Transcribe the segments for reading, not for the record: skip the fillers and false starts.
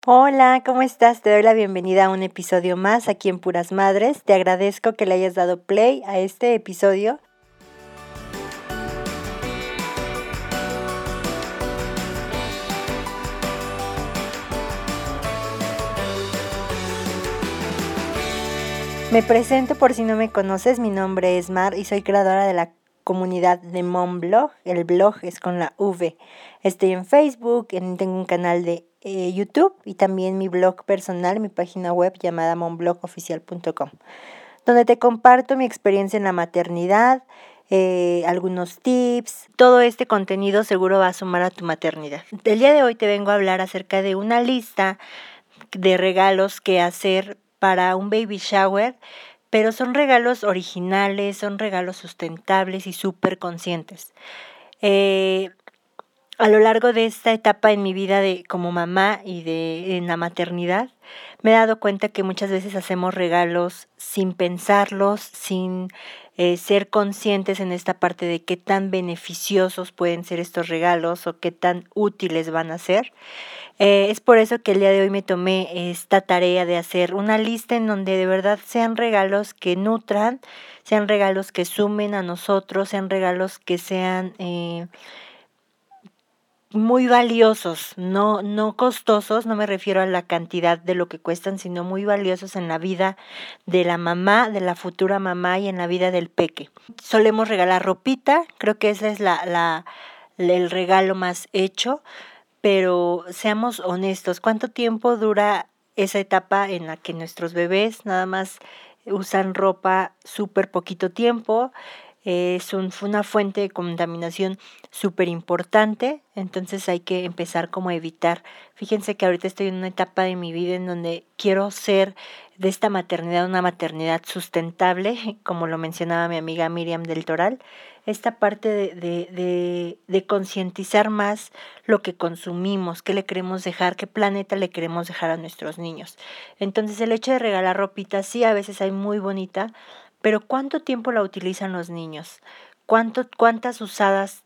Hola, ¿cómo estás? Te doy la bienvenida a un episodio más aquí en Puras Madres. Te agradezco que le hayas dado play a este episodio. Me presento por si no me conoces, mi nombre es Mar y soy creadora de la comunidad de Momblog. El blog es con la V. Estoy en Facebook, tengo un canal de YouTube y también mi blog personal, mi página web llamada momblogoficial.com, donde te comparto mi experiencia en la maternidad, algunos tips. Todo este contenido seguro va a sumar a tu maternidad. El día de hoy te vengo a hablar acerca de una lista de regalos que hacer para un baby shower, pero son regalos originales, son regalos sustentables y súper conscientes. A lo largo de esta etapa en mi vida como mamá y en la maternidad, me he dado cuenta que muchas veces hacemos regalos sin pensarlos, sin ser conscientes en esta parte de qué tan beneficiosos pueden ser estos regalos o qué tan útiles van a ser. Es por eso que el día de hoy me tomé esta tarea de hacer una lista en donde de verdad sean regalos que nutran, sean regalos que sumen a nosotros, sean regalos que sean muy valiosos, no costosos, no me refiero a la cantidad de lo que cuestan, sino muy valiosos en la vida de la mamá, de la futura mamá y en la vida del peque. Solemos regalar ropita, creo que ese es el regalo más hecho, pero seamos honestos, ¿cuánto tiempo dura esa etapa en la que nuestros bebés nada más usan ropa súper poquito tiempo? Fue una fuente de contaminación súper importante, entonces hay que empezar como a evitar. Fíjense que ahorita estoy en una etapa de mi vida en donde quiero ser de esta maternidad una maternidad sustentable, como lo mencionaba mi amiga Miriam del Toral, esta parte de concientizar más lo que consumimos, qué le queremos dejar, qué planeta le queremos dejar a nuestros niños. Entonces el hecho de regalar ropita, sí, a veces hay muy bonita, pero ¿cuánto tiempo la utilizan los niños? ¿Cuántas usadas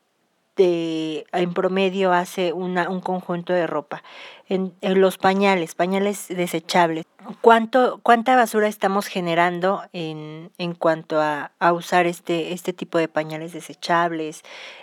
en promedio hace un conjunto de ropa? En los pañales desechables. ¿Cuánta basura estamos generando en cuanto a usar este tipo de pañales desechables?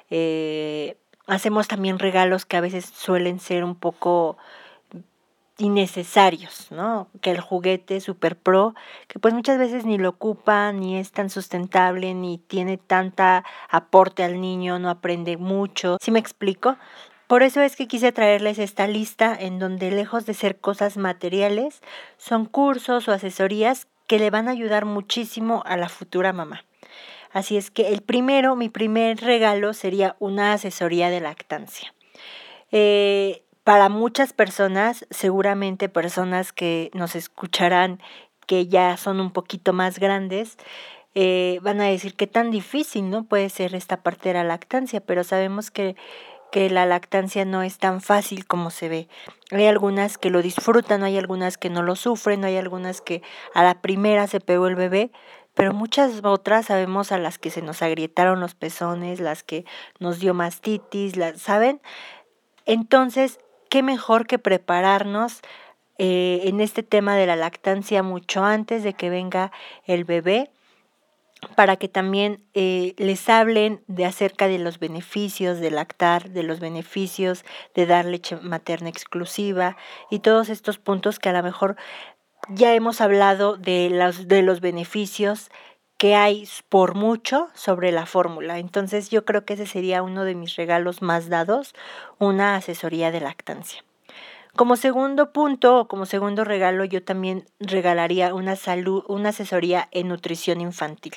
Hacemos también regalos que a veces suelen ser un poco innecesarios, ¿no? Que el juguete super pro, que pues muchas veces ni lo ocupa, ni es tan sustentable, ni tiene tanta aporte al niño, no aprende mucho. ¿Sí me explico? Por eso es que quise traerles esta lista en donde lejos de ser cosas materiales, son cursos o asesorías que le van a ayudar muchísimo a la futura mamá. Así es que mi primer regalo sería una asesoría de lactancia. Para muchas personas, seguramente personas que nos escucharán que ya son un poquito más grandes, van a decir qué tan difícil, ¿no?, puede ser esta parte de la lactancia, pero sabemos que la lactancia no es tan fácil como se ve. Hay algunas que lo disfrutan, hay algunas que no lo sufren, hay algunas que a la primera se pegó el bebé, pero muchas otras sabemos a las que se nos agrietaron los pezones, las que nos dio mastitis, ¿saben? Entonces, qué mejor que prepararnos en este tema de la lactancia mucho antes de que venga el bebé, para que también les hablen de acerca de los beneficios de lactar, de los beneficios de dar leche materna exclusiva y todos estos puntos que a lo mejor ya hemos hablado de los beneficios que hay por mucho sobre la fórmula. Entonces yo creo que ese sería uno de mis regalos más dados, una asesoría de lactancia. Como segundo punto o como segundo regalo, yo también regalaría una asesoría en nutrición infantil.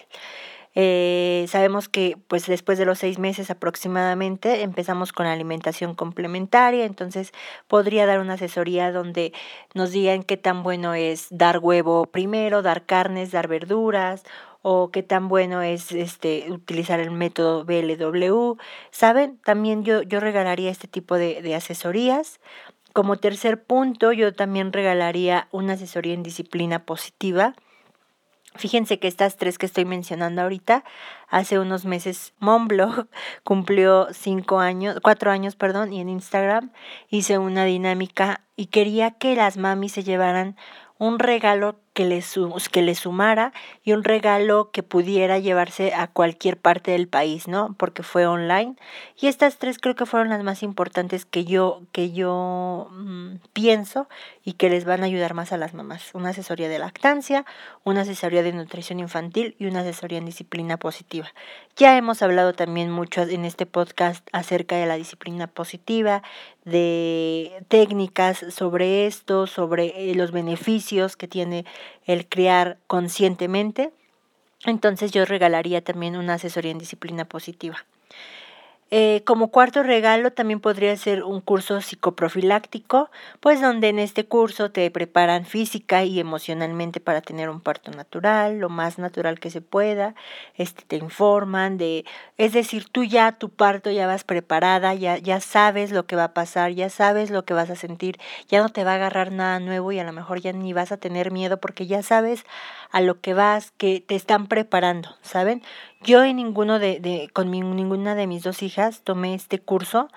Sabemos que pues después de los 6 meses aproximadamente empezamos con la alimentación complementaria, entonces podría dar una asesoría donde nos digan qué tan bueno es dar huevo primero, dar carnes, dar verduras, o qué tan bueno es utilizar el método BLW. ¿Saben? También yo regalaría este tipo de asesorías. Como tercer punto, yo también regalaría una asesoría en disciplina positiva. Fíjense que estas 3 que estoy mencionando ahorita, hace unos meses Monblog cumplió 4 años, perdón, y en Instagram hice una dinámica y quería que las mamis se llevaran un regalo que les sumara y un regalo que pudiera llevarse a cualquier parte del país, ¿no? Porque fue online. Y estas 3 creo que fueron las más importantes que yo pienso y que les van a ayudar más a las mamás. Una asesoría de lactancia, una asesoría de nutrición infantil y una asesoría en disciplina positiva. Ya hemos hablado también mucho en este podcast acerca de la disciplina positiva, de técnicas sobre esto, sobre los beneficios que tiene el criar conscientemente. Entonces yo regalaría también una asesoría en disciplina positiva. Como cuarto regalo también podría ser un curso psicoprofiláctico, pues donde en este curso te preparan física y emocionalmente para tener un parto natural, lo más natural que se pueda, te informan es decir, tú ya tu parto ya vas preparada, ya sabes lo que va a pasar, ya sabes lo que vas a sentir, ya no te va a agarrar nada nuevo y a lo mejor ya ni vas a tener miedo porque ya sabes a lo que vas, que te están preparando, ¿saben? Yo en ninguna de mis 2 hijas tomé este curso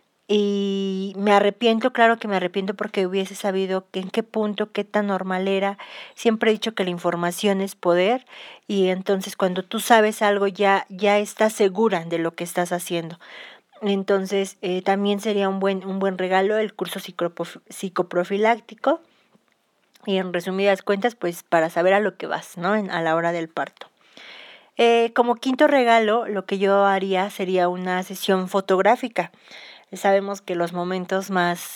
y me arrepiento, claro que me arrepiento porque hubiese sabido que en qué punto, qué tan normal era. Siempre he dicho que la información es poder y entonces cuando tú sabes algo ya estás segura de lo que estás haciendo. Entonces también sería un buen regalo el curso psicoprofiláctico y en resumidas cuentas pues para saber a lo que vas, ¿no? A la hora del parto. Como quinto regalo, lo que yo haría sería una sesión fotográfica. Sabemos que los momentos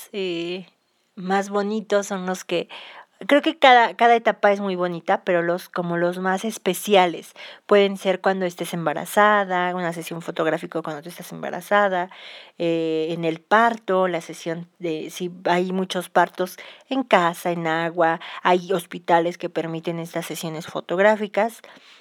más bonitos son los que... Creo que cada etapa es muy bonita, pero como los más especiales pueden ser cuando estés embarazada, una sesión fotográfica cuando tú estás embarazada, en el parto, la sesión si hay muchos partos en casa, en agua, hay hospitales que permiten estas sesiones fotográficas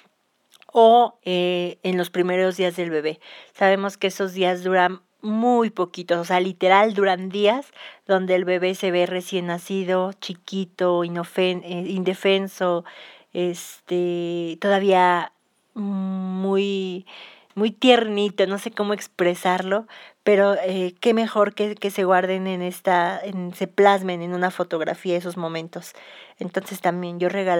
o en los primeros días del bebé. Sabemos que esos días duran muy poquitos, o sea, literal duran días donde el bebé se ve recién nacido, chiquito, indefenso, todavía muy, muy tiernito, no sé cómo expresarlo, pero qué mejor que se guarden se plasmen en una fotografía esos momentos. Entonces también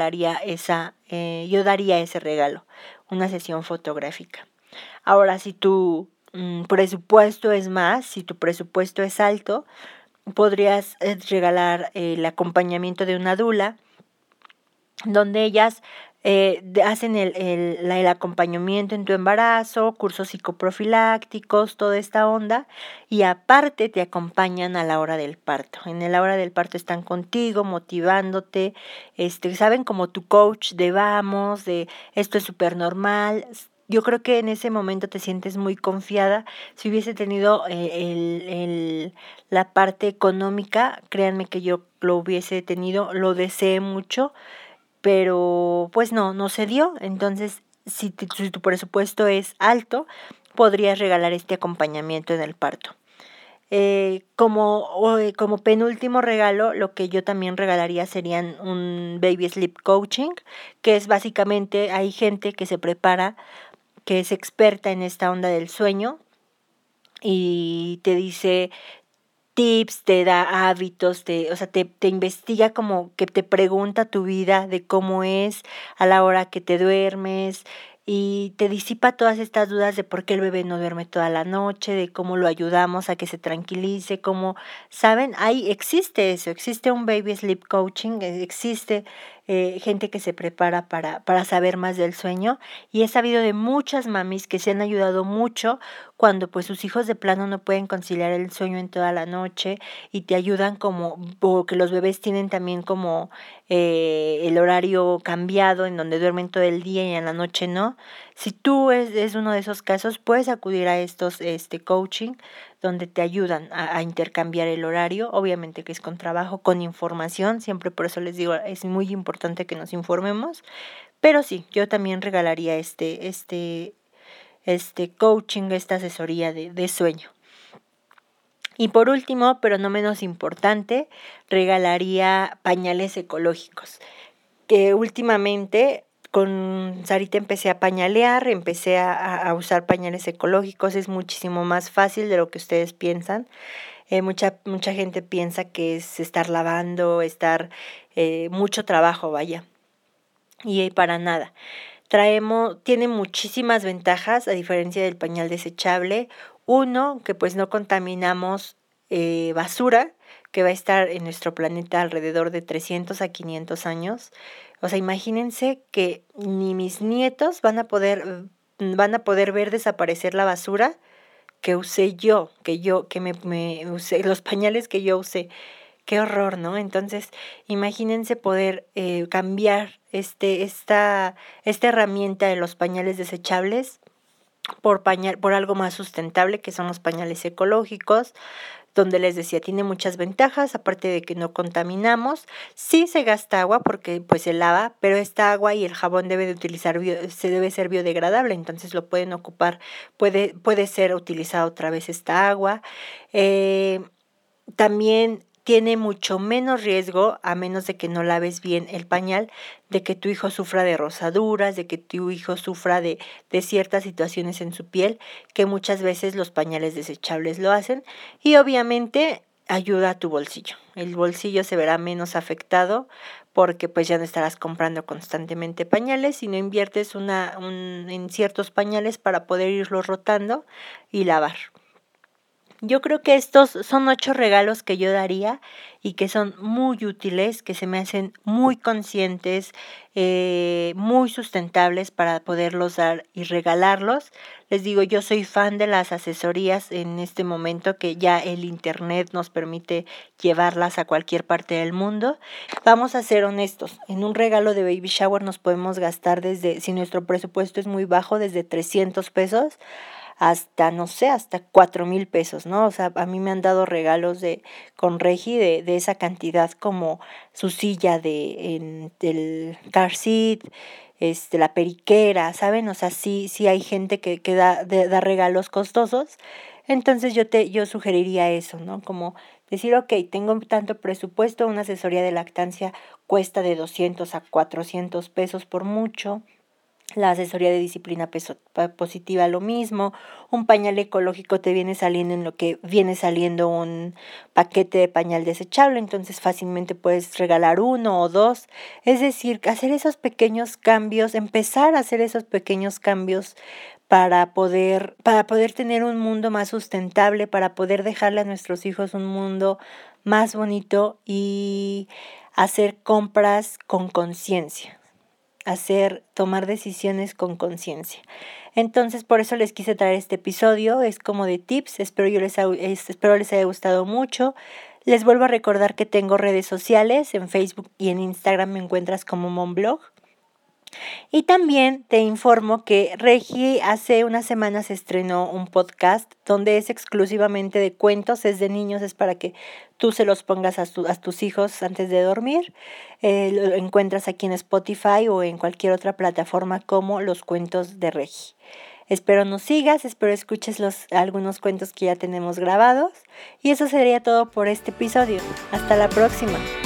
yo daría ese regalo, una sesión fotográfica. Ahora, si tu presupuesto es más, si tu presupuesto es alto, podrías regalar el acompañamiento de una dula, donde ellas hacen el acompañamiento en tu embarazo, cursos psicoprofilácticos, toda esta onda, y aparte te acompañan a la hora del parto. En la hora del parto están contigo, motivándote, saben, como tu coach de vamos, de esto es súper normal. Yo creo que en ese momento te sientes muy confiada. Si hubiese tenido la parte económica, créanme que yo lo hubiese tenido, lo deseé mucho, pero pues no se dio. Entonces, si tu presupuesto es alto, podrías regalar este acompañamiento en el parto. Como penúltimo regalo, lo que yo también regalaría serían un baby sleep coaching, que es básicamente, hay gente que se prepara, que es experta en esta onda del sueño y te dice tips, te da hábitos, te investiga, como que te pregunta tu vida de cómo es a la hora que te duermes y te disipa todas estas dudas de por qué el bebé no duerme toda la noche, de cómo lo ayudamos a que se tranquilice, ¿saben? Ahí existe un baby sleep coaching, existe gente que se prepara para saber más del sueño y he sabido de muchas mamis que se han ayudado mucho cuando pues sus hijos de plano no pueden conciliar el sueño en toda la noche y te ayudan o que los bebés tienen también como el horario cambiado en donde duermen todo el día y en la noche no. Si tú es uno de esos casos, puedes acudir a estos coaching donde te ayudan a intercambiar el horario, obviamente que es con trabajo, con información, siempre por eso les digo, es muy importante que nos informemos, pero sí, yo también regalaría este coaching, esta asesoría de sueño. Y por último, pero no menos importante, regalaría pañales ecológicos, que últimamente con Sarita empecé a pañalear, empecé a usar pañales ecológicos. Es muchísimo más fácil de lo que ustedes piensan. Mucha gente piensa que es estar lavando, mucho trabajo, vaya. Y para nada. Tiene muchísimas ventajas a diferencia del pañal desechable. Uno, que pues no contaminamos basura, que va a estar en nuestro planeta alrededor de 300 a 500 años. O sea, imagínense que ni mis nietos van a poder ver desaparecer la basura que usé yo, que me usé, los pañales que yo usé. Qué horror, ¿no? Entonces, imagínense poder cambiar esta herramienta de los pañales desechables por algo más sustentable, que son los pañales ecológicos, donde les decía, tiene muchas ventajas, aparte de que no contaminamos. Sí se gasta agua porque pues se lava, pero esta agua y el jabón se debe ser biodegradable, entonces lo pueden ocupar, puede ser utilizada otra vez esta agua. También tiene mucho menos riesgo, a menos de que no laves bien el pañal, de que tu hijo sufra de rosaduras, de que tu hijo sufra de ciertas situaciones en su piel, que muchas veces los pañales desechables lo hacen. Y obviamente ayuda a tu bolsillo. El bolsillo se verá menos afectado porque pues ya no estarás comprando constantemente pañales, sino inviertes en ciertos pañales para poder irlos rotando y lavar. Yo creo que estos son 8 regalos que yo daría y que son muy útiles, que se me hacen muy conscientes, muy sustentables para poderlos dar y regalarlos. Les digo, yo soy fan de las asesorías en este momento que ya el internet nos permite llevarlas a cualquier parte del mundo. Vamos a ser honestos, en un regalo de baby shower nos podemos gastar si nuestro presupuesto es muy bajo, desde 300 pesos hasta, no sé, hasta 4,000 pesos, ¿no? O sea, a mí me han dado regalos con Regi de esa cantidad, como su silla del car seat, la periquera, ¿saben? O sea, sí hay gente que da regalos costosos. Entonces yo sugeriría eso, ¿no? Como decir, ok, tengo tanto presupuesto, una asesoría de lactancia cuesta de 200 a 400 pesos por mucho. La asesoría de disciplina positiva lo mismo, un pañal ecológico te viene saliendo en lo que viene saliendo un paquete de pañal desechable, entonces fácilmente puedes regalar 1 o 2, es decir, hacer esos pequeños cambios, empezar a hacer esos pequeños cambios para poder tener un mundo más sustentable, para poder dejarle a nuestros hijos un mundo más bonito y hacer compras con conciencia. Tomar decisiones con conciencia. Entonces, por eso les quise traer este episodio, es como de tips, espero les haya gustado mucho. Les vuelvo a recordar que tengo redes sociales, en Facebook y en Instagram me encuentras como Monblog. Y también te informo que Regi hace unas semanas estrenó un podcast donde es exclusivamente de cuentos, es de niños, es para que tú se los pongas a tus hijos antes de dormir. Lo encuentras aquí en Spotify o en cualquier otra plataforma como Los Cuentos de Regi. Espero nos sigas, espero escuches algunos cuentos que ya tenemos grabados. Y eso sería todo por este episodio. Hasta la próxima.